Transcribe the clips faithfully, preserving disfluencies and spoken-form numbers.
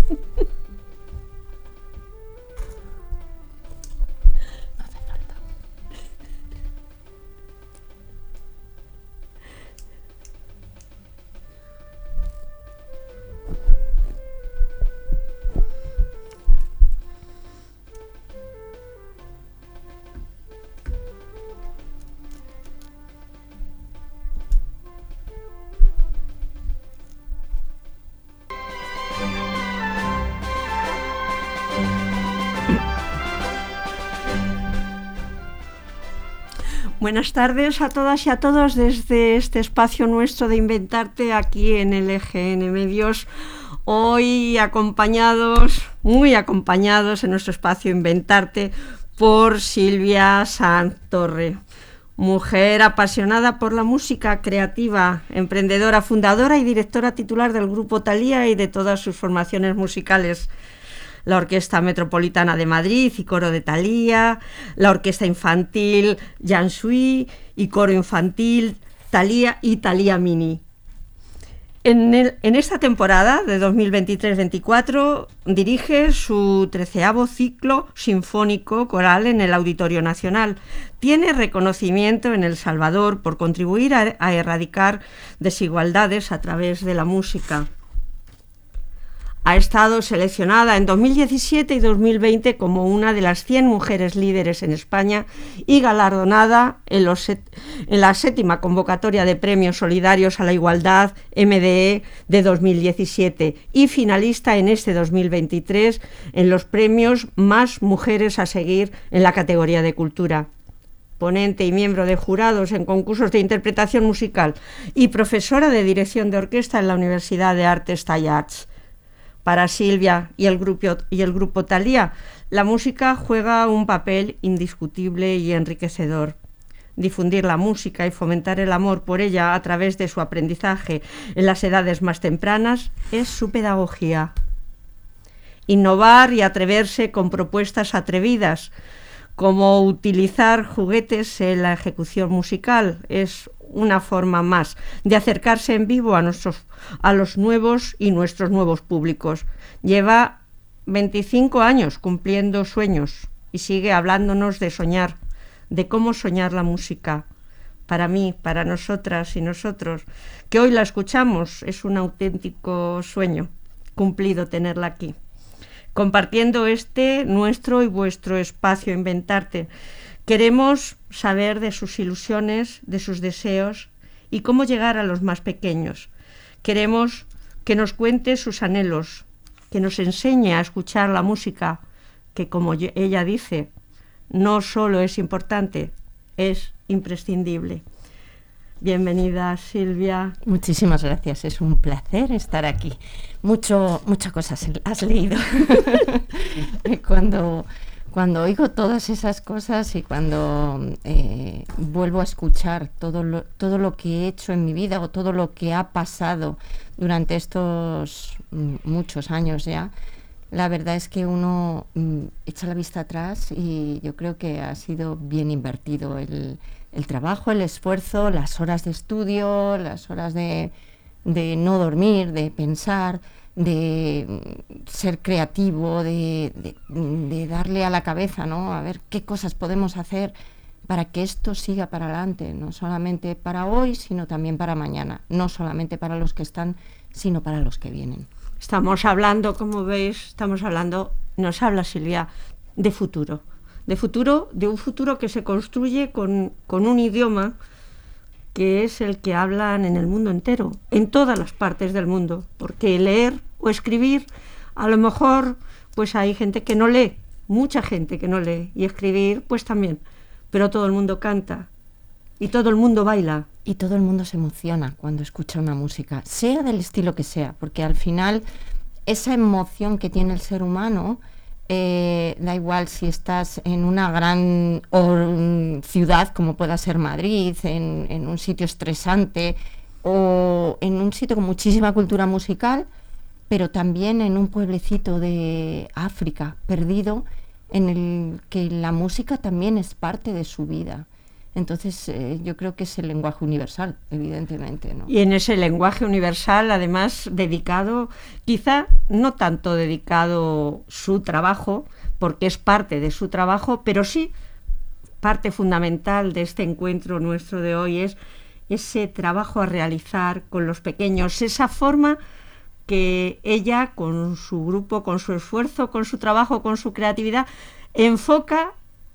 Buenas tardes a todas y a todos desde este espacio nuestro de Inventarte aquí en el E G N Medios. Hoy acompañados, muy acompañados en nuestro espacio Inventarte por Silvia Sanz Torre, mujer apasionada por la música creativa, emprendedora, fundadora y directora titular del Grupo Thalía y de todas sus formaciones musicales. La Orquesta Metropolitana de Madrid y Coro de Thalía, la Orquesta Infantil Jansui y Coro Infantil Thalía y Thalía Mini. En, el, en esta temporada de dos mil veintitrés veinticuatro dirige su treceavo ciclo sinfónico coral en el Auditorio Nacional. Tiene reconocimiento en El Salvador por contribuir a, a erradicar desigualdades a través de la música. Ha estado seleccionada en dos mil diecisiete y dos mil veinte como una de las cien mujeres líderes en España y galardonada en, los set, en la séptima convocatoria de premios solidarios a la igualdad M D E de dos mil diecisiete y finalista en este dos mil veintitrés en los premios Más Mujeres a Seguir en la categoría de Cultura. Ponente y miembro de jurados en concursos de interpretación musical y profesora de dirección de orquesta en la Universidad de Artes Tallars. Para Silvia y el grupo, y el grupo Thalía, la música juega un papel indiscutible y enriquecedor. Difundir la música y fomentar el amor por ella a través de su aprendizaje en las edades más tempranas es su pedagogía. Innovar y atreverse con propuestas atrevidas, como utilizar juguetes en la ejecución musical, es una forma más de acercarse en vivo a, nuestros, a los nuevos y nuestros nuevos públicos. Lleva veinticinco años cumpliendo sueños y sigue hablándonos de soñar, de cómo soñar la música. Para mí, para nosotras y nosotros, que hoy la escuchamos, es un auténtico sueño cumplido tenerla aquí, compartiendo este nuestro y vuestro espacio Inventarte. Queremos saber de sus ilusiones, de sus deseos y cómo llegar a los más pequeños. Queremos que nos cuente sus anhelos, que nos enseñe a escuchar la música, que como ella dice, no solo es importante, es imprescindible. Bienvenida, Silvia. Muchísimas gracias, es un placer estar aquí. Mucho, muchas cosas has leído. Cuando... Cuando oigo todas esas cosas y cuando eh, vuelvo a escuchar todo lo, todo lo que he hecho en mi vida o todo lo que ha pasado durante estos mm, muchos años ya, la verdad es que uno mm, echa la vista atrás y yo creo que ha sido bien invertido el, el trabajo, el esfuerzo, las horas de estudio, las horas de, de no dormir, de pensar, de ser creativo, de, de, de darle a la cabeza, ¿no? A ver qué cosas podemos hacer para que esto siga para adelante, no solamente para hoy, sino también para mañana, no solamente para los que están, sino para los que vienen. Estamos hablando, como veis, estamos hablando, nos habla Silvia, de futuro, de futuro, de un futuro que se construye con, con un idioma que es el que hablan en el mundo entero, en todas las partes del mundo, porque leer o escribir, a lo mejor pues hay gente que no lee, mucha gente que no lee, y escribir pues también, pero todo el mundo canta y todo el mundo baila. Y todo el mundo se emociona cuando escucha una música, sea del estilo que sea, porque al final esa emoción que tiene el ser humano, Eh, da igual si estás en una gran or, ciudad como pueda ser Madrid, en, en un sitio estresante o en un sitio con muchísima cultura musical, pero también en un pueblecito de África perdido en el que la música también es parte de su vida. Entonces, eh, yo creo que es el lenguaje universal, evidentemente, ¿no? Y en ese lenguaje universal, además, dedicado, quizá no tanto dedicado su trabajo, porque es parte de su trabajo, pero sí parte fundamental de este encuentro nuestro de hoy es ese trabajo a realizar con los pequeños, esa forma que ella, con su grupo, con su esfuerzo, con su trabajo, con su creatividad, enfoca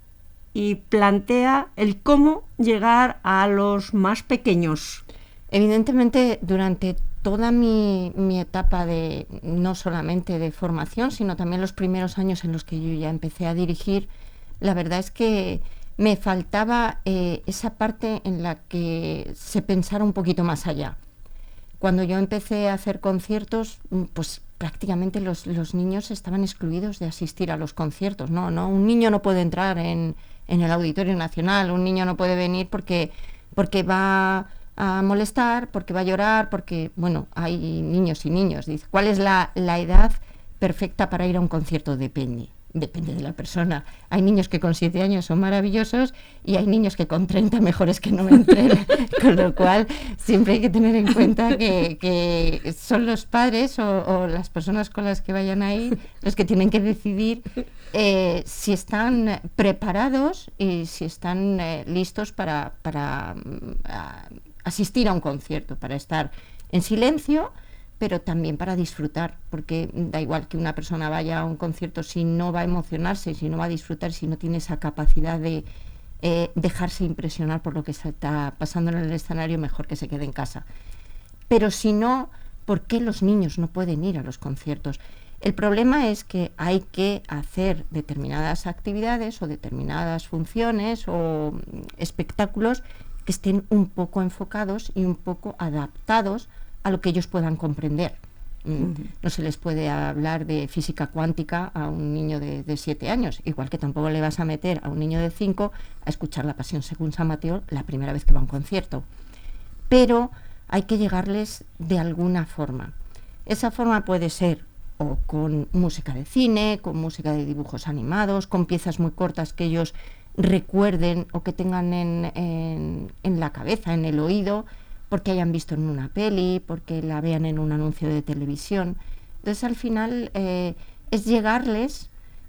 y plantea el cómo llegar a los más pequeños. Evidentemente, durante toda mi, mi etapa de, no solamente de formación, sino también los primeros años en los que yo ya empecé a dirigir, la verdad es que me faltaba eh, esa parte en la que se pensara un poquito más allá. Cuando yo empecé a hacer conciertos, pues prácticamente los, los niños estaban excluidos de asistir a los conciertos. No, no, un niño no puede entrar en, en el Auditorio Nacional, un niño no puede venir porque, porque va a molestar, porque va a llorar, porque, bueno, hay niños y niños. Dice, ¿cuál es la, la edad perfecta para ir a un concierto? Depende. Depende de la persona. Hay niños que con siete años son maravillosos y hay niños que con treinta mejores que no entren. Con lo cual, siempre hay que tener en cuenta que, que son los padres o, o las personas con las que vayan a ir los que tienen que decidir eh, si están preparados y si están eh, listos para, para uh, asistir a un concierto, para estar en silencio, pero también para disfrutar, porque da igual que una persona vaya a un concierto si no va a emocionarse, si no va a disfrutar, si no tiene esa capacidad de eh, dejarse impresionar por lo que se está pasando en el escenario, mejor que se quede en casa. Pero si no, ¿por qué los niños no pueden ir a los conciertos? El problema es que hay que hacer determinadas actividades o determinadas funciones o espectáculos que estén un poco enfocados y un poco adaptados a lo que ellos puedan comprender. Uh-huh. No se les puede hablar de física cuántica a un niño de, de siete años, igual que tampoco le vas a meter a un niño de cinco a escuchar La Pasión según San Mateo la primera vez que va a un concierto. Pero hay que llegarles de alguna forma. Esa forma puede ser o con música de cine, con música de dibujos animados, con piezas muy cortas que ellos recuerden o que tengan en, en, en la cabeza, en el oído, porque hayan visto en una peli, porque la vean en un anuncio de televisión. Entonces, al final, eh, es llegarles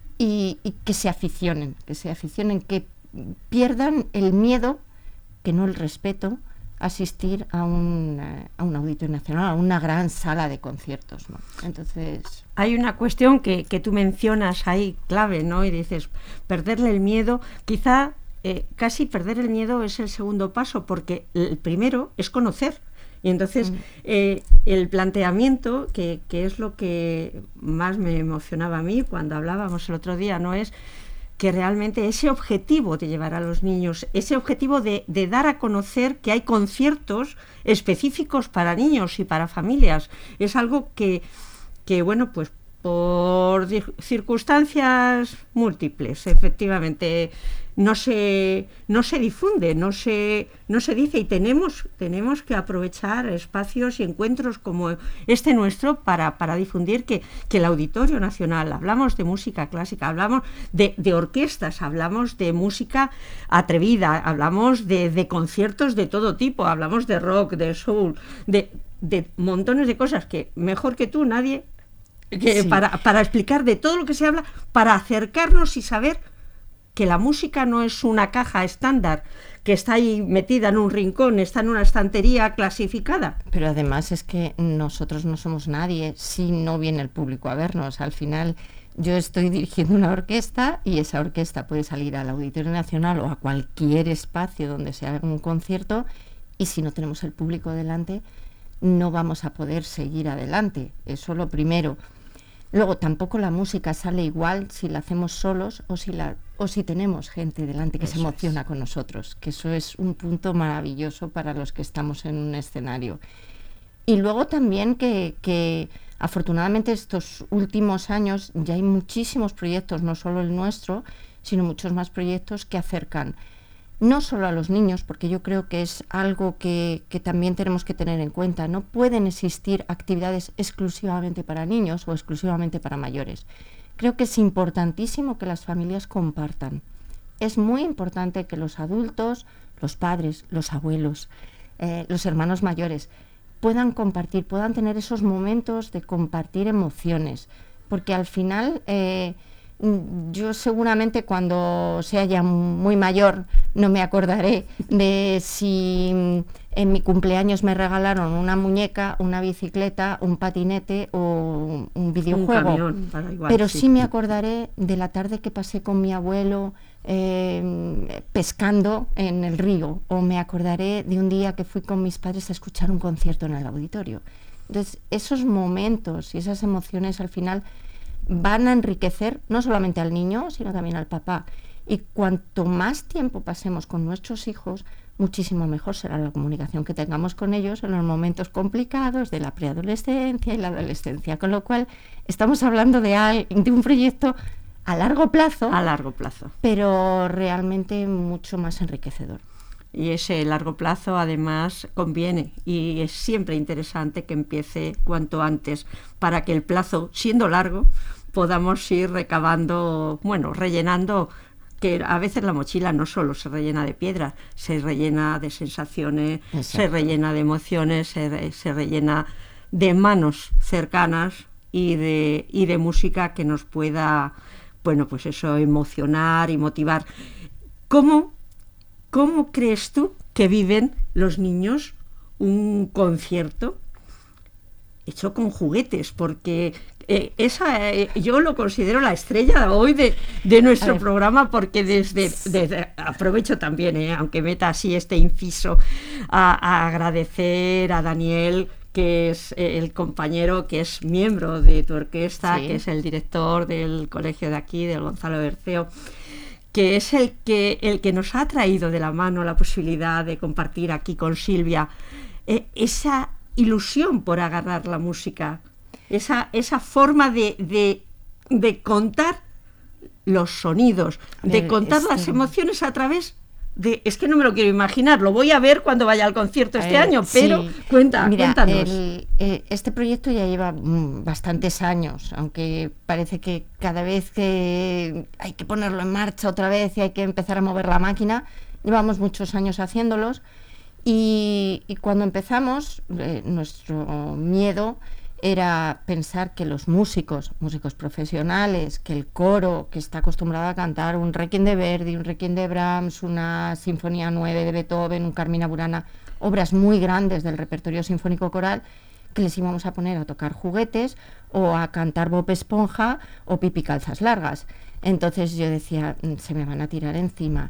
y, y que se aficionen, que se aficionen, que pierdan el miedo, que no el respeto, a asistir a un, a un Auditorio Nacional, a una gran sala de conciertos, ¿no? Entonces... Hay una cuestión que, que tú mencionas ahí, clave, ¿no? Y dices, perderle el miedo, quizá... Eh, casi perder el miedo es el segundo paso, porque el primero es conocer. Y entonces mm. eh, el planteamiento, que, que es lo que más me emocionaba a mí cuando hablábamos el otro día, no es que realmente ese objetivo de llevar a los niños, ese objetivo de, de dar a conocer que hay conciertos específicos para niños y para familias, es algo que, que bueno, pues por circunstancias múltiples, efectivamente, no se, no se difunde, no se, no se dice, y tenemos, tenemos que aprovechar espacios y encuentros como este nuestro para, para difundir que, que el Auditorio Nacional, hablamos de música clásica, hablamos de, de orquestas, hablamos de música atrevida, hablamos de, de conciertos de todo tipo, hablamos de rock, de soul, de, de montones de cosas que mejor que tú nadie... Que sí. para, para explicar de todo lo que se habla, para acercarnos y saber que la música no es una caja estándar que está ahí metida en un rincón, está en una estantería clasificada. Pero además es que nosotros no somos nadie si no viene el público a vernos. Al final yo estoy dirigiendo una orquesta y esa orquesta puede salir al Auditorio Nacional o a cualquier espacio donde se haga un concierto, y si no tenemos el público delante no vamos a poder seguir adelante. Eso lo primero. Luego, tampoco la música sale igual si la hacemos solos o si, la, o si tenemos gente delante que eso se emociona es. con nosotros, que eso es un punto maravilloso para los que estamos en un escenario. Y luego también que, que afortunadamente estos últimos años ya hay muchísimos proyectos, no solo el nuestro, sino muchos más proyectos que acercan no solo a los niños, porque yo creo que es algo que, que también tenemos que tener en cuenta. No pueden existir actividades exclusivamente para niños o exclusivamente para mayores. Creo que es importantísimo que las familias compartan. Es muy importante que los adultos, los padres, los abuelos, eh, los hermanos mayores, puedan compartir, puedan tener esos momentos de compartir emociones, porque al final eh, yo seguramente cuando sea ya muy mayor no me acordaré de si en mi cumpleaños me regalaron una muñeca, una bicicleta, un patinete o un videojuego, un camión, para igual, pero sí. sí me acordaré de la tarde que pasé con mi abuelo eh, pescando en el río, o me acordaré de un día que fui con mis padres a escuchar un concierto en el auditorio. Entonces, esos momentos y esas emociones al final van a enriquecer no solamente al niño, sino también al papá. Y cuanto más tiempo pasemos con nuestros hijos, muchísimo mejor será la comunicación que tengamos con ellos en los momentos complicados de la preadolescencia y la adolescencia. Con lo cual, estamos hablando de, al, de un proyecto a largo plazo, a largo plazo, pero realmente mucho más enriquecedor. Y ese largo plazo además conviene, y es siempre interesante que empiece cuanto antes, para que el plazo, siendo largo, podamos ir recabando, bueno, rellenando, que a veces la mochila no solo se rellena de piedras, se rellena de sensaciones, Exacto. se rellena de emociones, se, se rellena de manos cercanas y de, y de música que nos pueda, bueno, pues eso, emocionar y motivar. ¿Cómo ¿Cómo crees tú que viven los niños un concierto hecho con juguetes? Porque eh, esa eh, yo lo considero la estrella hoy de, de nuestro programa, porque desde, desde aprovecho también, eh, aunque meta así este inciso, a, a agradecer a Daniel, que es eh, el compañero que es miembro de tu orquesta, sí. que es el director del colegio de aquí, del Gonzalo Berceo, que es el que, el que nos ha traído de la mano la posibilidad de compartir aquí con Silvia eh, esa ilusión por agarrar la música, esa, esa forma de, de, de contar los sonidos, de ver, contar este... las emociones a través de... Es que no me lo quiero imaginar, lo voy a ver cuando vaya al concierto este eh, año, pero sí. cuenta, Mira, cuéntanos. El, eh, este proyecto ya lleva mm, bastantes años, aunque parece que cada vez que hay que ponerlo en marcha otra vez y hay que empezar a mover la máquina, llevamos muchos años haciéndolos, y, y cuando empezamos, eh, nuestro miedo era pensar que los músicos, músicos profesionales, que el coro, que está acostumbrado a cantar un Requiem de Verdi, un Requiem de Brahms, una Sinfonía nueve de Beethoven, un Carmina Burana, obras muy grandes del repertorio sinfónico coral, que les íbamos a poner a tocar juguetes o a cantar Bob Esponja o Pipi Calzas Largas. Entonces yo decía, se me van a tirar encima.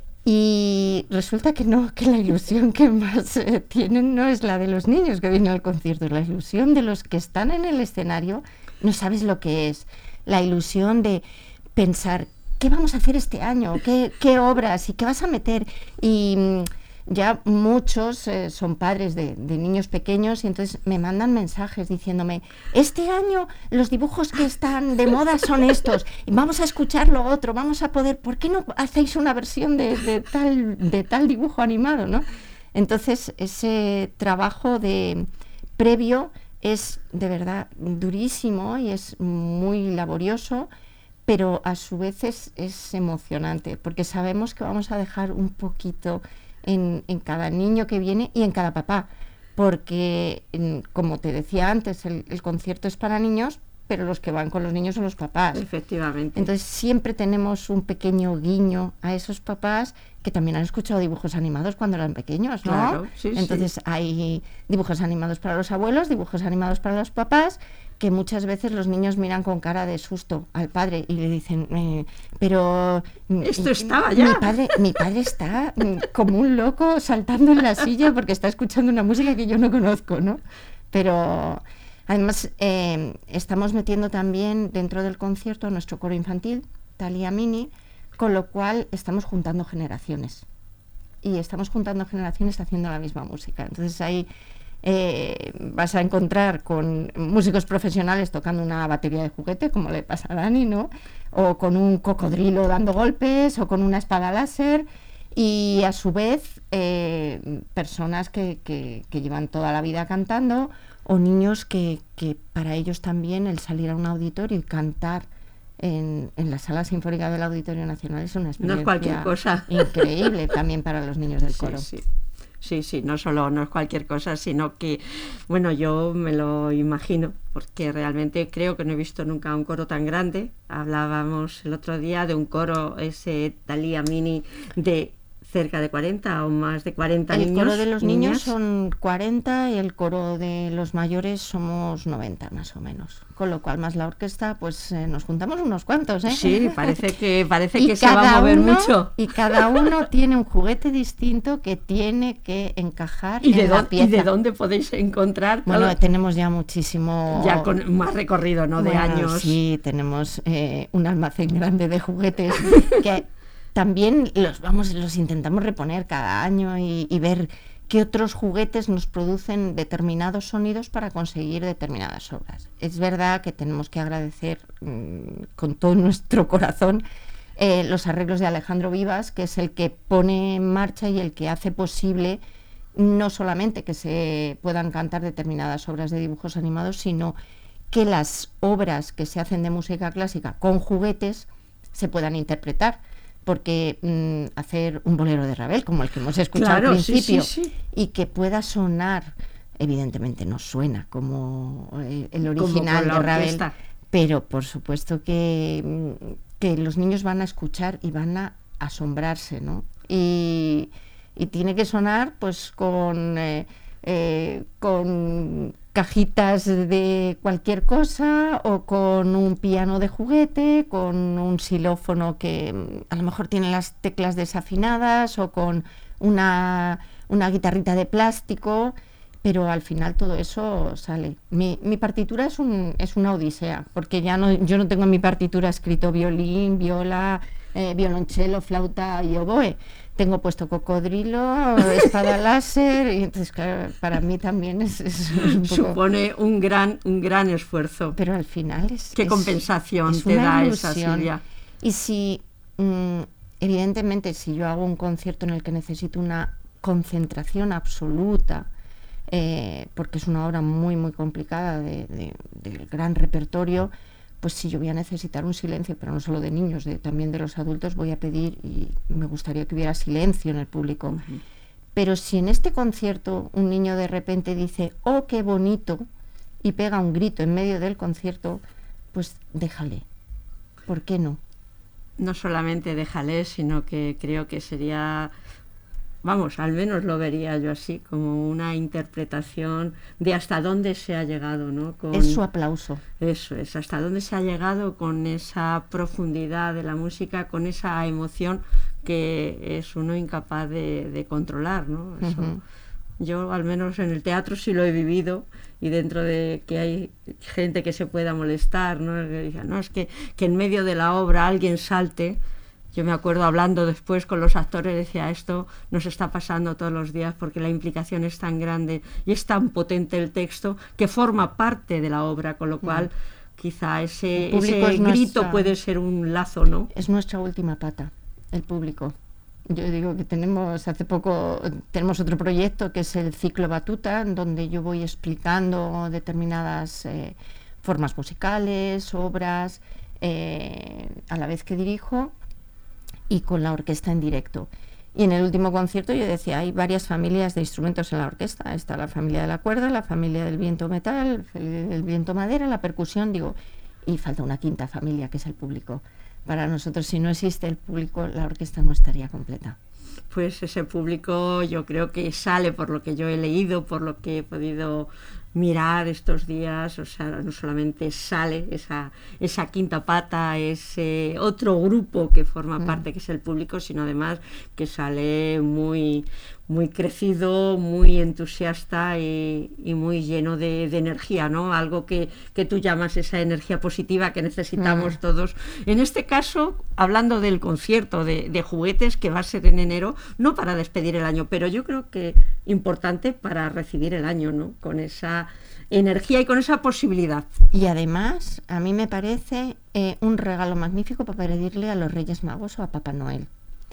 Y resulta que no, que la ilusión que más eh, tienen no es la de los niños que vienen al concierto, la ilusión de los que están en el escenario. No sabes lo que es, la ilusión de pensar, ¿qué vamos a hacer este año? ¿Qué, qué obras? ¿Y qué vas a meter? Y mmm, ya muchos eh, son padres de, de niños pequeños, y entonces me mandan mensajes diciéndome, este año los dibujos que están de moda son estos, y vamos a escuchar lo otro, vamos a poder, ¿por qué no hacéis una versión de, de, tal, de tal dibujo animado, ¿no? Entonces ese trabajo de previo es de verdad durísimo y es muy laborioso, pero a su vez es, es emocionante, porque sabemos que vamos a dejar un poquito En, en cada niño que viene y en cada papá, porque en, como te decía antes, el, el concierto es para niños, pero los que van con los niños son los papás. Efectivamente. Entonces siempre tenemos un pequeño guiño a esos papás que también han escuchado dibujos animados cuando eran pequeños, ¿no? Claro, sí, Entonces sí. hay dibujos animados para los abuelos, dibujos animados para los papás, que muchas veces los niños miran con cara de susto al padre y le dicen, eh, pero... Esto estaba ya. Mi padre, mi padre está como un loco saltando en la silla porque está escuchando una música que yo no conozco, ¿no? Pero además eh, estamos metiendo también dentro del concierto a nuestro coro infantil, Thalia Mini, con lo cual estamos juntando generaciones. Y estamos juntando generaciones haciendo la misma música. Entonces ahí... Eh, vas a encontrar con músicos profesionales tocando una batería de juguete, como le pasa a Dani, ¿no? O con un cocodrilo dando golpes, o con una espada láser, y a su vez eh, personas que, que, que llevan toda la vida cantando, o niños que, que para ellos también el salir a un auditorio y cantar en, en la Sala Sinfónica del Auditorio Nacional es una experiencia no es cualquier cosa. increíble también para los niños del sí, coro. Sí. Sí, sí, no solo no es cualquier cosa, sino que, bueno, yo me lo imagino, porque realmente creo que no he visto nunca un coro tan grande. Hablábamos el otro día de un coro, ese Thalía Mini, de cerca de cuarenta o más de cuarenta el niños. El coro de los niñas. niños son cuarenta y el coro de los mayores somos noventa más o menos. Con lo cual, más la orquesta, pues eh, nos juntamos unos cuantos, ¿eh? Sí, parece que, parece que se va a mover uno, mucho. Y cada uno tiene un juguete distinto que tiene que encajar ¿Y en de la dónde, pieza. ¿Y de dónde podéis encontrar? Bueno, todo? tenemos ya muchísimo... Ya con más recorrido, ¿no? De bueno, años. Sí, tenemos eh, un almacén grande de juguetes que... También los vamos, los intentamos reponer cada año y, y ver qué otros juguetes nos producen determinados sonidos para conseguir determinadas obras. Es verdad que tenemos que agradecer mmm, con todo nuestro corazón eh, los arreglos de Alejandro Vivas, que es el que pone en marcha y el que hace posible no solamente que se puedan cantar determinadas obras de dibujos animados, sino que las obras que se hacen de música clásica con juguetes se puedan interpretar. Porque mmm, hacer un bolero de Ravel, como el que hemos escuchado claro, al principio, sí, sí, sí. y que pueda sonar, evidentemente no suena como el, el original como de Ravel, orquesta. Pero por supuesto que, que los niños van a escuchar y van a asombrarse, ¿no? Y, y tiene que sonar pues con... Eh, Eh, con cajitas de cualquier cosa o con un piano de juguete, con un xilófono que a lo mejor tiene las teclas desafinadas o con una, una guitarrita de plástico, pero al final todo eso sale. Mi, mi partitura es, un, es una odisea, porque ya no, yo no tengo en mi partitura escrito violín, viola, eh, violonchelo, flauta y oboe. Tengo puesto cocodrilo, espada láser, y entonces claro, para mí también es, es un poco... Supone un gran, un gran esfuerzo. Pero al final es... ¿Qué es, compensación es te da ilusión. esa Silvia? Y si, mmm, evidentemente, si yo hago un concierto en el que necesito una concentración absoluta, eh, porque es una obra muy, muy complicada de, de, del gran repertorio, pues si yo voy a necesitar un silencio, pero no solo de niños, de, también de los adultos, voy a pedir, y me gustaría que hubiera silencio en el público. Uh-huh. Pero si en este concierto un niño de repente dice, ¡oh, qué bonito!, y pega un grito en medio del concierto, pues déjale. ¿Por qué no? No solamente déjale, sino que creo que sería... Vamos, al menos lo vería yo así, como una interpretación de hasta dónde se ha llegado, ¿no? Con, es su aplauso. Eso es, hasta dónde se ha llegado con esa profundidad de la música, con esa emoción que es uno incapaz de, de controlar, ¿no? Eso, uh-huh. Yo, al menos en el teatro, sí lo he vivido, y dentro de que hay gente que se pueda molestar, ¿no? Que diga, no, es que, que en medio de la obra alguien salte. Yo me acuerdo hablando después con los actores, decía, esto nos está pasando todos los días porque la implicación es tan grande y es tan potente el texto que forma parte de la obra, con lo cual mm. quizá ese, ese grito nuestra, puede ser un lazo, ¿no? Es nuestra última pata, el público. Yo digo que tenemos, hace poco, tenemos otro proyecto que es el ciclo Batuta, en donde yo voy explicando determinadas eh, formas musicales, obras, eh, a la vez que dirijo, y con la orquesta en directo. Y en el último concierto yo decía, hay varias familias de instrumentos en la orquesta. Está la familia de la cuerda, la familia del viento metal, el viento madera, la percusión, digo, y falta una quinta familia, que es el público. Para nosotros, si no existe el público, la orquesta no estaría completa. Pues ese público yo creo que sale, por lo que yo he leído, por lo que he podido mirar estos días, o sea, no solamente sale esa, esa quinta pata, ese otro grupo que forma mm. parte, que es el público, sino además que sale muy, muy crecido, muy entusiasta y, y muy lleno de, de energía, ¿no? Algo que, que tú llamas esa energía positiva que necesitamos mm. todos. En este caso, hablando del concierto de, de juguetes, que va a ser en enero, no para despedir el año, pero yo creo que importante para recibir el año, ¿no? Con esa energía y con esa posibilidad. Y además, a mí me parece eh, un regalo magnífico para pedirle a los Reyes Magos o a Papá Noel.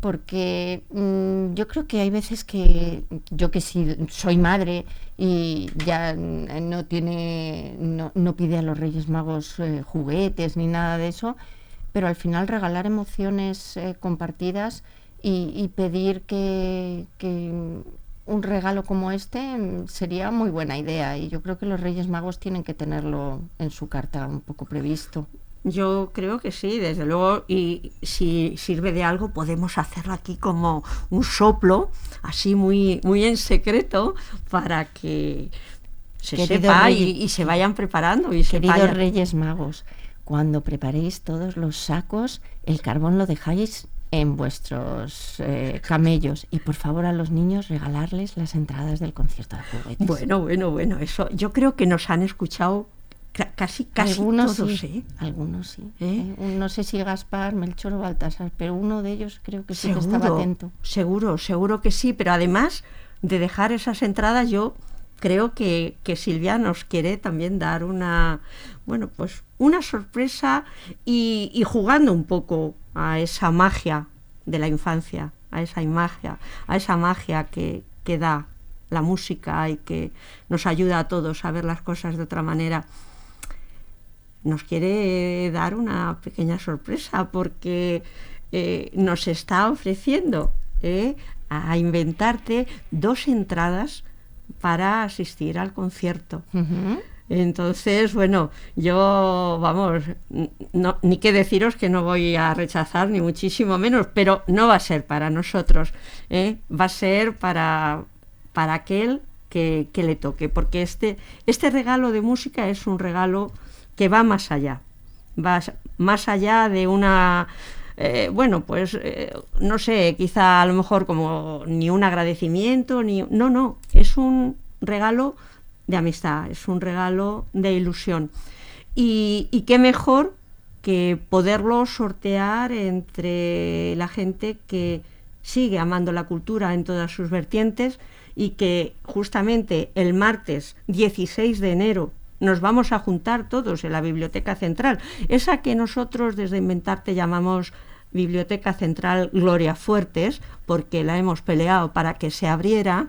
porque mmm, yo creo que hay veces que yo que sí soy madre y ya no tiene, no, no pide a los Reyes Magos eh, juguetes ni nada de eso, pero al final regalar emociones eh, compartidas y, y pedir que, que un regalo como este sería muy buena idea, y yo creo que los Reyes Magos tienen que tenerlo en su carta un poco previsto. Yo creo que sí, desde luego, y si sirve de algo podemos hacerlo aquí como un soplo, así muy, muy en secreto, para que se Querido sepa Rey, y, y se vayan preparando. Y queridos se vayan... Reyes Magos, cuando preparéis todos los sacos, el carbón lo dejáis en vuestros eh, camellos, y por favor a los niños regalarles las entradas del concierto de juguetes. Bueno, bueno, bueno, eso yo creo que nos han escuchado casi, casi algunos todos, sí, ¿eh? Algunos sí. ¿Eh? ¿Eh? No sé si Gaspar, Melchor o Baltasar, pero uno de ellos creo que sí seguro, que estaba atento. Seguro, seguro que sí, pero además de dejar esas entradas, yo creo que, que Silvia nos quiere también dar una, bueno, pues una sorpresa y, y jugando un poco a esa magia de la infancia, a esa magia, a esa magia que, que da la música y que nos ayuda a todos a ver las cosas de otra manera. Nos quiere dar una pequeña sorpresa porque eh, nos está ofreciendo eh, a Inventarte dos entradas para asistir al concierto. Uh-huh. Entonces, bueno, yo, vamos, no, ni qué deciros que no voy a rechazar, ni muchísimo menos, pero no va a ser para nosotros, ¿eh? Va a ser para, para aquel que, que le toque, porque este, este regalo de música es un regalo que va más allá, va más allá de una, eh, bueno, pues, eh, no sé, quizá a lo mejor como ni un agradecimiento, ni no, no, es un regalo de amistad, es un regalo de ilusión. Y, y qué mejor que poderlo sortear entre la gente que sigue amando la cultura en todas sus vertientes y que justamente el martes dieciséis de enero nos vamos a juntar todos en la Biblioteca Central, esa que nosotros desde Inventarte llamamos Biblioteca Central Gloria Fuertes, porque la hemos peleado para que se abriera,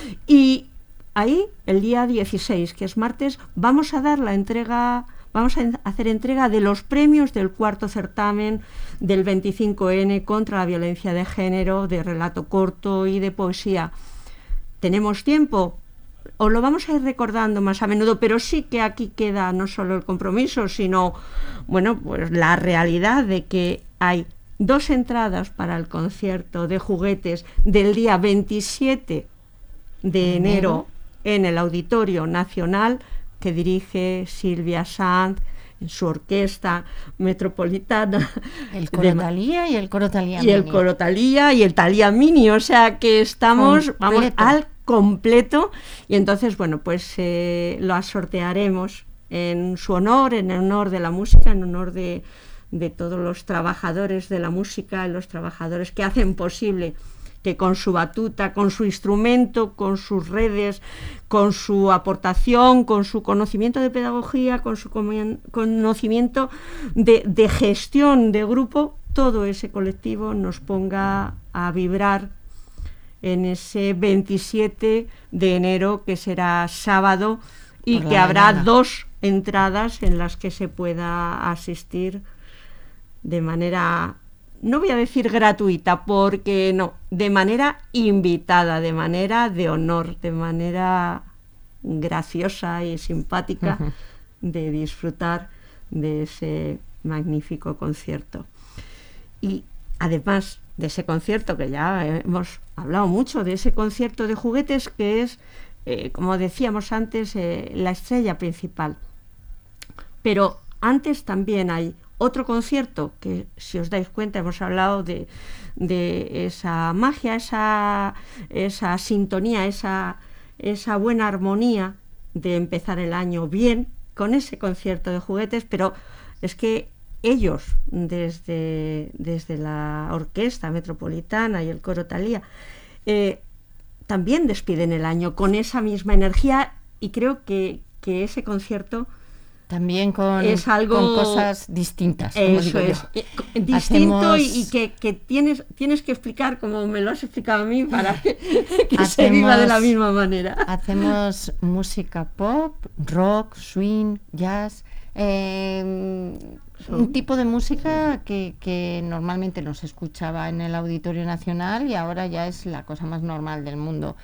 y ahí, el día dieciséis, que es martes, vamos a dar la entrega, vamos a hacer entrega de los premios del cuarto certamen del veinticinco ene contra la violencia de género, de relato corto y de poesía. ¿Tenemos tiempo? Os lo vamos a ir recordando más a menudo, pero sí que aquí queda no solo el compromiso, sino, bueno, pues la realidad de que hay dos entradas para el concierto de juguetes del día veintisiete de enero en el Auditorio Nacional, que dirige Silvia Sanz en su orquesta metropolitana. El coro de, Thalía y el coro Thalía y Mini. el coro Thalía y el Thalía Mini, o sea que estamos completo. vamos al completo, y entonces, bueno, pues eh, lo sortearemos en su honor, en honor de la música, en honor de, de todos los trabajadores de la música, los trabajadores que hacen posible que con su batuta, con su instrumento, con sus redes, con su aportación, con su conocimiento de pedagogía, con su conocimiento de, de gestión de grupo, todo ese colectivo nos ponga a vibrar en ese veintisiete de enero, que será sábado, y que habrá mañana. dos entradas en las que se pueda asistir de manera, no voy a decir gratuita, porque no, de manera invitada, de manera de honor, de manera graciosa y simpática, uh-huh. de disfrutar de ese magnífico concierto. Y además de ese concierto, que ya hemos hablado mucho, de ese concierto de juguetes, que es, eh, como decíamos antes, eh, la estrella principal. Pero antes también hay otro concierto que, si os dais cuenta, hemos hablado de, de esa magia, esa, esa sintonía, esa, esa buena armonía de empezar el año bien con ese concierto de juguetes, pero es que ellos, desde, desde la Orquesta Metropolitana y el Coro Thalía, eh, también despiden el año con esa misma energía, y creo que, que ese concierto también con, es algo, con cosas distintas. Como eso digo es, yo. distinto Hacemos, y, y que, que tienes, tienes que explicar como me lo has explicado a mí para que, que hacemos, se viva de la misma manera. Hacemos música pop, rock, swing, jazz, eh, un tipo de música que, que normalmente no se escuchaba en el Auditorio Nacional y ahora ya es la cosa más normal del mundo.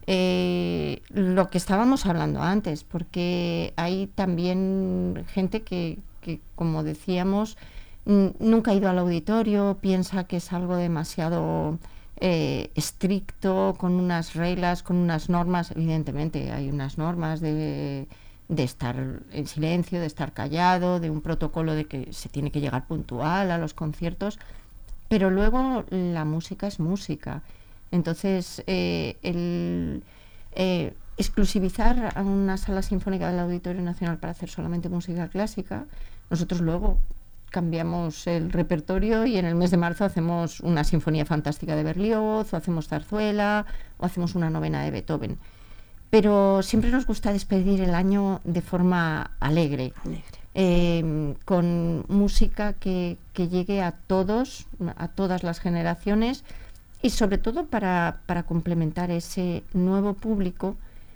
Eh, lo que estábamos hablando antes, porque hay también gente que, que como decíamos, n- nunca ha ido al auditorio, piensa que es algo demasiado eh, estricto, con unas reglas, con unas normas. Evidentemente hay unas normas de, de estar en silencio, de estar callado, de un protocolo de que se tiene que llegar puntual a los conciertos, pero luego la música es música. Entonces, eh, el eh, exclusivizar a una sala sinfónica del Auditorio Nacional para hacer solamente música clásica, nosotros luego cambiamos el repertorio y en el mes de marzo hacemos una sinfonía fantástica de Berlioz, o hacemos zarzuela, o hacemos una novena de Beethoven. Pero siempre nos gusta despedir el año de forma alegre. Alegre. Eh, con música que, que llegue a todos, a todas las generaciones, y sobre todo para, para complementar ese nuevo público,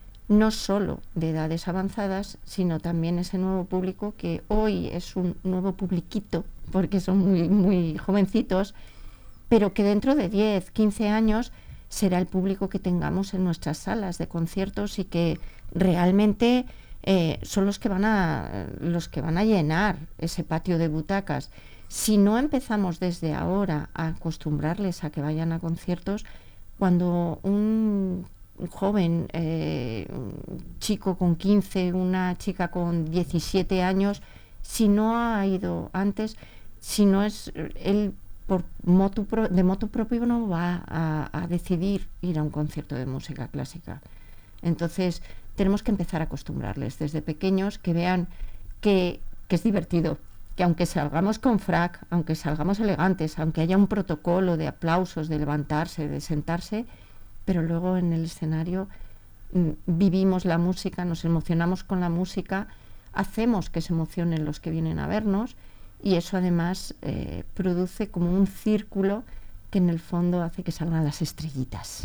no solo de edades avanzadas, sino también ese nuevo público que hoy es un nuevo publiquito, porque son muy, muy jovencitos, pero que dentro de diez, quince años será el público que tengamos en nuestras salas de conciertos y que realmente eh, son los que van a, los que van a llenar ese patio de butacas. Si no empezamos desde ahora a acostumbrarles a que vayan a conciertos, cuando un joven, eh, un chico con quince, una chica con diecisiete años, si no ha ido antes, si no es él por motu pro, de motu propio no va a, a decidir ir a un concierto de música clásica. Entonces tenemos que empezar a acostumbrarles desde pequeños, que vean que, que es divertido, que aunque salgamos con frac, aunque salgamos elegantes, aunque haya un protocolo de aplausos, de levantarse, de sentarse, pero luego en el escenario mm, vivimos la música, nos emocionamos con la música, hacemos que se emocionen los que vienen a vernos, y eso además eh, produce como un círculo que en el fondo hace que salgan las estrellitas.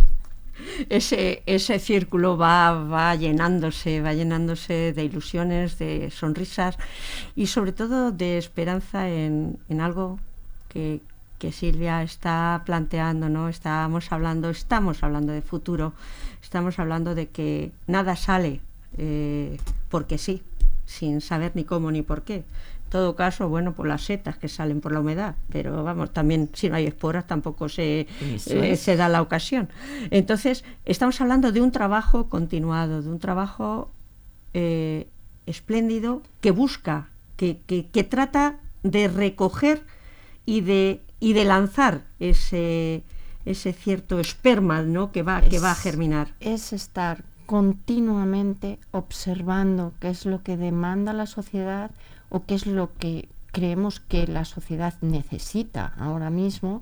Ese, ese círculo va, va llenándose, va llenándose de ilusiones, de sonrisas y sobre todo de esperanza en, en algo que, que Silvia está planteando, ¿no? Estamos hablando, estamos hablando de futuro, estamos hablando de que nada sale eh, porque sí, sin saber ni cómo ni por qué. En todo caso, bueno, por las setas que salen por la humedad, pero vamos, también si no hay esporas tampoco se, eh, se da la ocasión. Entonces, estamos hablando de un trabajo continuado, de un trabajo eh, espléndido que busca, que, que, que trata de recoger y de, y de lanzar ese, ese cierto esperma, ¿no? que, va, es, que va a germinar. Es estar continuamente observando qué es lo que demanda la sociedad o qué es lo que creemos que la sociedad necesita ahora mismo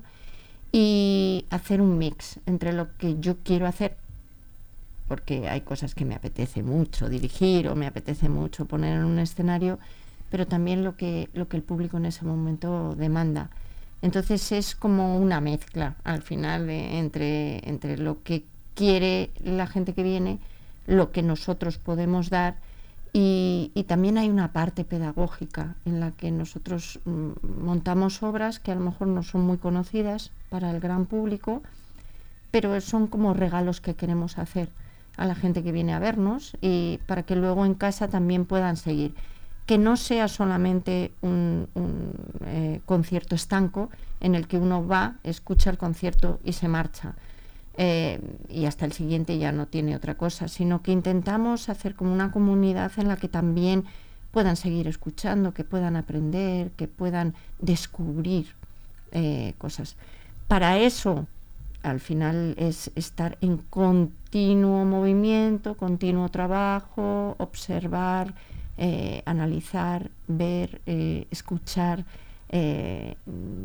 y hacer un mix entre lo que yo quiero hacer, porque hay cosas que me apetece mucho dirigir o me apetece mucho poner en un escenario, pero también lo que, lo que el público en ese momento demanda. Entonces es como una mezcla al final de, entre, entre lo que quiere la gente que viene, lo que nosotros podemos dar. Y, y también hay una parte pedagógica en la que nosotros mm, montamos obras que a lo mejor no son muy conocidas para el gran público, pero son como regalos que queremos hacer a la gente que viene a vernos y para que luego en casa también puedan seguir. Que no sea solamente un, un eh, concierto estanco en el que uno va, escucha el concierto y se marcha. Eh, y hasta el siguiente ya no tiene otra cosa, sino que intentamos hacer como una comunidad en la que también puedan seguir escuchando, que puedan aprender, que puedan descubrir eh, cosas. Para eso, al final, es estar en continuo movimiento, continuo trabajo, observar, eh, analizar, ver, eh, escuchar, Eh,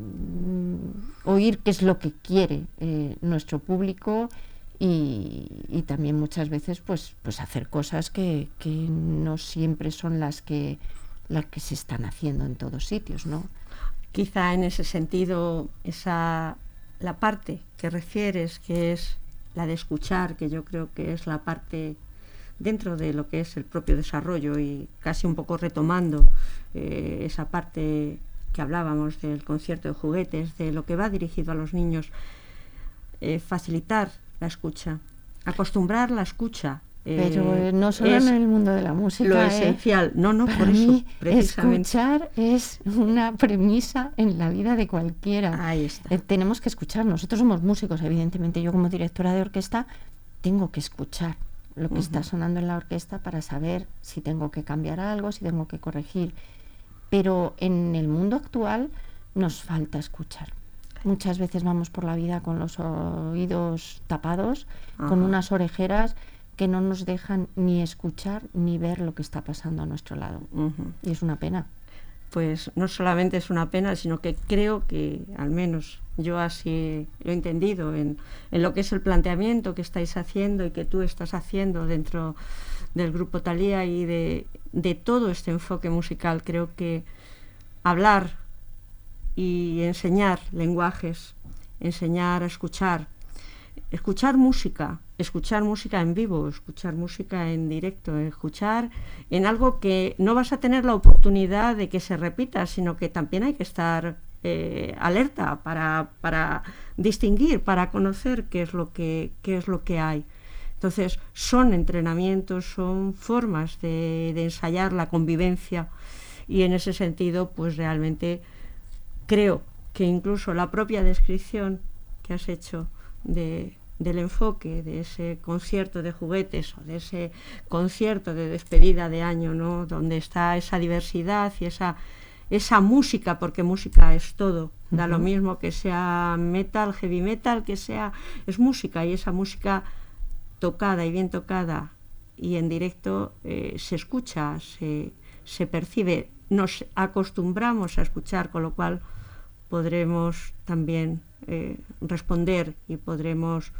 mm, oír qué es lo que quiere eh, nuestro público y, y también muchas veces pues, pues hacer cosas que, que no siempre son las que, las que se están haciendo en todos sitios, ¿no? Quizá en ese sentido, esa la parte que refieres, que es la de escuchar, que yo creo que es la parte dentro de lo que es el propio desarrollo, y casi un poco retomando eh, esa parte que hablábamos del concierto de juguetes, de lo que va dirigido a los niños, eh, facilitar la escucha, acostumbrar la escucha. Pero eh, no solo en el mundo de la música. Lo eh, esencial. No, no, para por eso, mí, precisamente. escuchar es una premisa en la vida de cualquiera. Ahí está. Eh, tenemos que escuchar. Nosotros somos músicos, evidentemente. Yo como directora de orquesta tengo que escuchar lo que uh-huh. está sonando en la orquesta para saber si tengo que cambiar algo, si tengo que corregir. Pero en el mundo actual nos falta escuchar. Muchas veces vamos por la vida con los oídos tapados, uh-huh. con unas orejeras que no nos dejan ni escuchar ni ver lo que está pasando a nuestro lado. Uh-huh. Y es una pena. Pues no solamente es una pena, sino que creo que, al menos yo así lo he entendido, en, en lo que es el planteamiento que estáis haciendo y que tú estás haciendo dentro del Grupo Thalía y de, de todo este enfoque musical, creo que hablar y enseñar lenguajes, enseñar a escuchar, escuchar música, escuchar música en vivo, escuchar música en directo, escuchar en algo que no vas a tener la oportunidad de que se repita, sino que también hay que estar eh, alerta para, para distinguir, para conocer qué es lo que, qué es lo que hay. Entonces, son entrenamientos, son formas de, de ensayar la convivencia, y en ese sentido, pues realmente creo que incluso la propia descripción que has hecho de del enfoque de ese concierto de juguetes o de ese concierto de despedida de año, ¿no? Donde está esa diversidad y esa, esa música, porque música es todo, uh-huh. da lo mismo que sea metal, heavy metal, que sea, es música, y esa música tocada y bien tocada y en directo eh, se escucha, se, se percibe, nos acostumbramos a escuchar, con lo cual podremos también eh, responder y podremos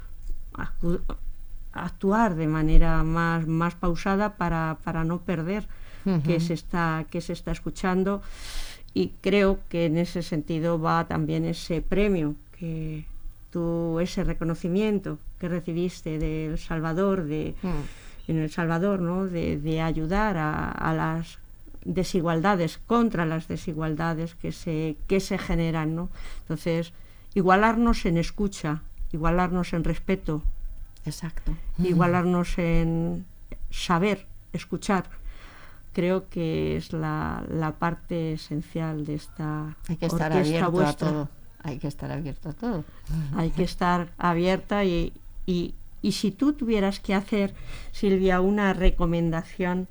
actuar de manera más, más pausada para, para no perder uh-huh. que se está, que se está escuchando. Y creo que en ese sentido va también ese premio, que tú, ese reconocimiento que recibiste de El Salvador, de, uh-huh. en El Salvador, ¿no? de, de ayudar a, a las desigualdades, contra las desigualdades que se, que se generan, ¿no? Entonces, igualarnos en escucha, igualarnos en respeto, exacto, igualarnos en saber escuchar, creo que es la, la parte esencial de esta hay que estar orquesta abierto vuestra. A todo. Hay que estar abierto a todo. Hay que estar abierta y, y, y si tú tuvieras que hacer, Silvia, una recomendación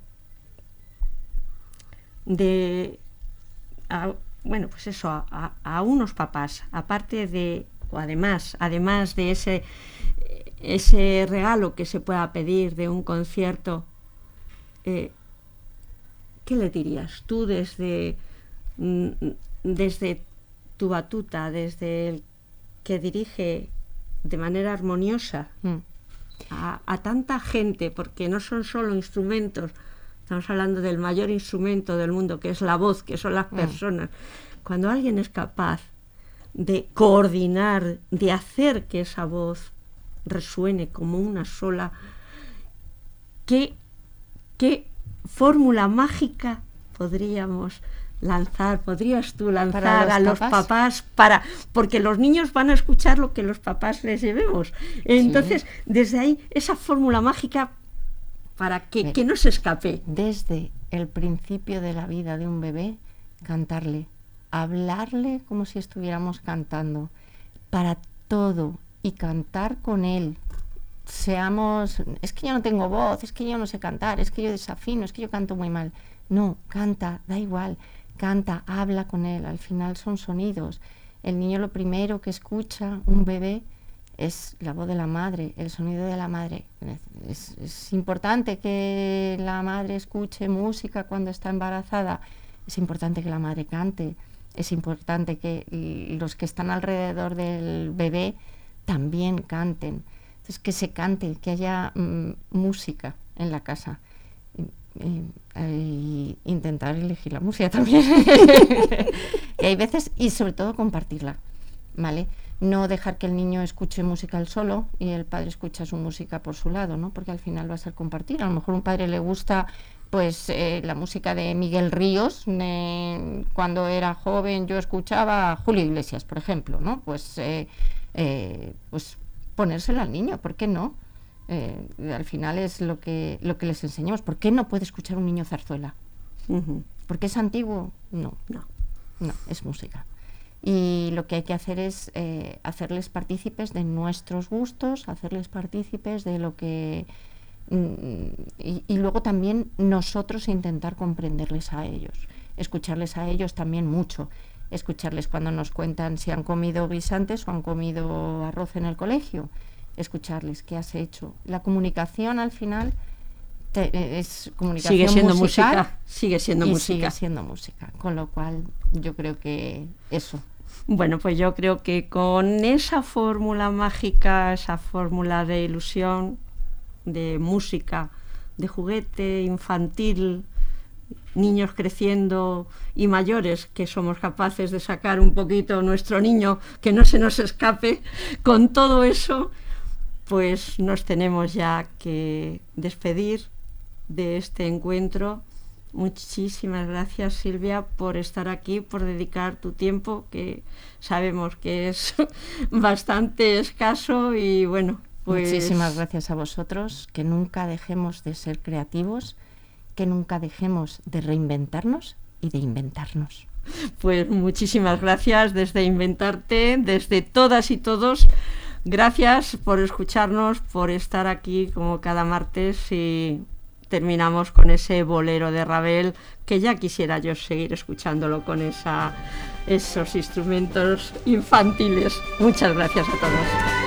de a, bueno, pues eso, a, a, a unos papás, aparte de o además, además de ese, ese regalo que se pueda pedir de un concierto, eh, ¿qué le dirías tú desde, desde tu batuta, desde el que dirige de manera armoniosa mm. a, a tanta gente, porque no son solo instrumentos, estamos hablando del mayor instrumento del mundo, que es la voz, que son las personas. Mm. Cuando alguien es capaz de coordinar, de hacer que esa voz resuene como una sola, ¿qué, qué fórmula mágica podríamos lanzar, podrías tú lanzar los a los papás? papás para, porque los niños van a escuchar lo que los papás les llevemos. Entonces, sí. desde ahí, esa fórmula mágica para que, que no se escape. Desde el principio de la vida de un bebé, cantarle, hablarle como si estuviéramos cantando, para todo, y cantar con él. Seamos, es que yo no tengo voz, es que yo no sé cantar, es que yo desafino, es que yo canto muy mal. No, canta, da igual, canta, habla con él, al final son sonidos. El niño lo primero que escucha, un bebé, es la voz de la madre, el sonido de la madre. Es, es importante que la madre escuche música cuando está embarazada, es importante que la madre cante, es importante que los que están alrededor del bebé también canten. Entonces, que se cante, que haya mm, música en la casa. Y, y intentar elegir la música también. Y hay veces, y sobre todo compartirla, ¿vale? No dejar que el niño escuche música él solo y el padre escucha su música por su lado, ¿no? Porque al final va a ser compartir. A lo mejor a un padre le gusta pues eh, la música de Miguel Ríos. Eh, cuando era joven yo escuchaba a Julio Iglesias, por ejemplo, ¿no? Pues, eh, eh, pues ponérselo al niño, ¿por qué no? Eh, al final es lo que lo que les enseñamos. ¿Por qué no puede escuchar un niño zarzuela? Uh-huh. ¿Porque es antiguo? No, no, no, es música. Y lo que hay que hacer es eh, hacerles partícipes de nuestros gustos, hacerles partícipes de lo que... Mm, y, y luego también nosotros intentar comprenderles a ellos, escucharles a ellos también mucho, escucharles cuando nos cuentan si han comido guisantes o han comido arroz en el colegio, escucharles qué has hecho. La comunicación al final te, es comunicación sigue siendo musical, música, sigue siendo y música. Sigue siendo música, con lo cual yo creo que eso. Bueno, pues yo creo que con esa fórmula mágica, esa fórmula de ilusión, de música, de juguete infantil, niños creciendo y mayores, que somos capaces de sacar un poquito nuestro niño, que no se nos escape, con todo eso, pues nos tenemos ya que despedir de este encuentro. Muchísimas gracias, Silvia, por estar aquí, por dedicar tu tiempo, que sabemos que es bastante escaso y bueno, pues... Muchísimas gracias a vosotros, que nunca dejemos de ser creativos, que nunca dejemos de reinventarnos y de inventarnos. Pues muchísimas gracias desde Inventarte, desde todas y todos. Gracias por escucharnos, por estar aquí como cada martes y... terminamos con ese bolero de Ravel, que ya quisiera yo seguir escuchándolo con esa, esos instrumentos infantiles. Muchas gracias a todos.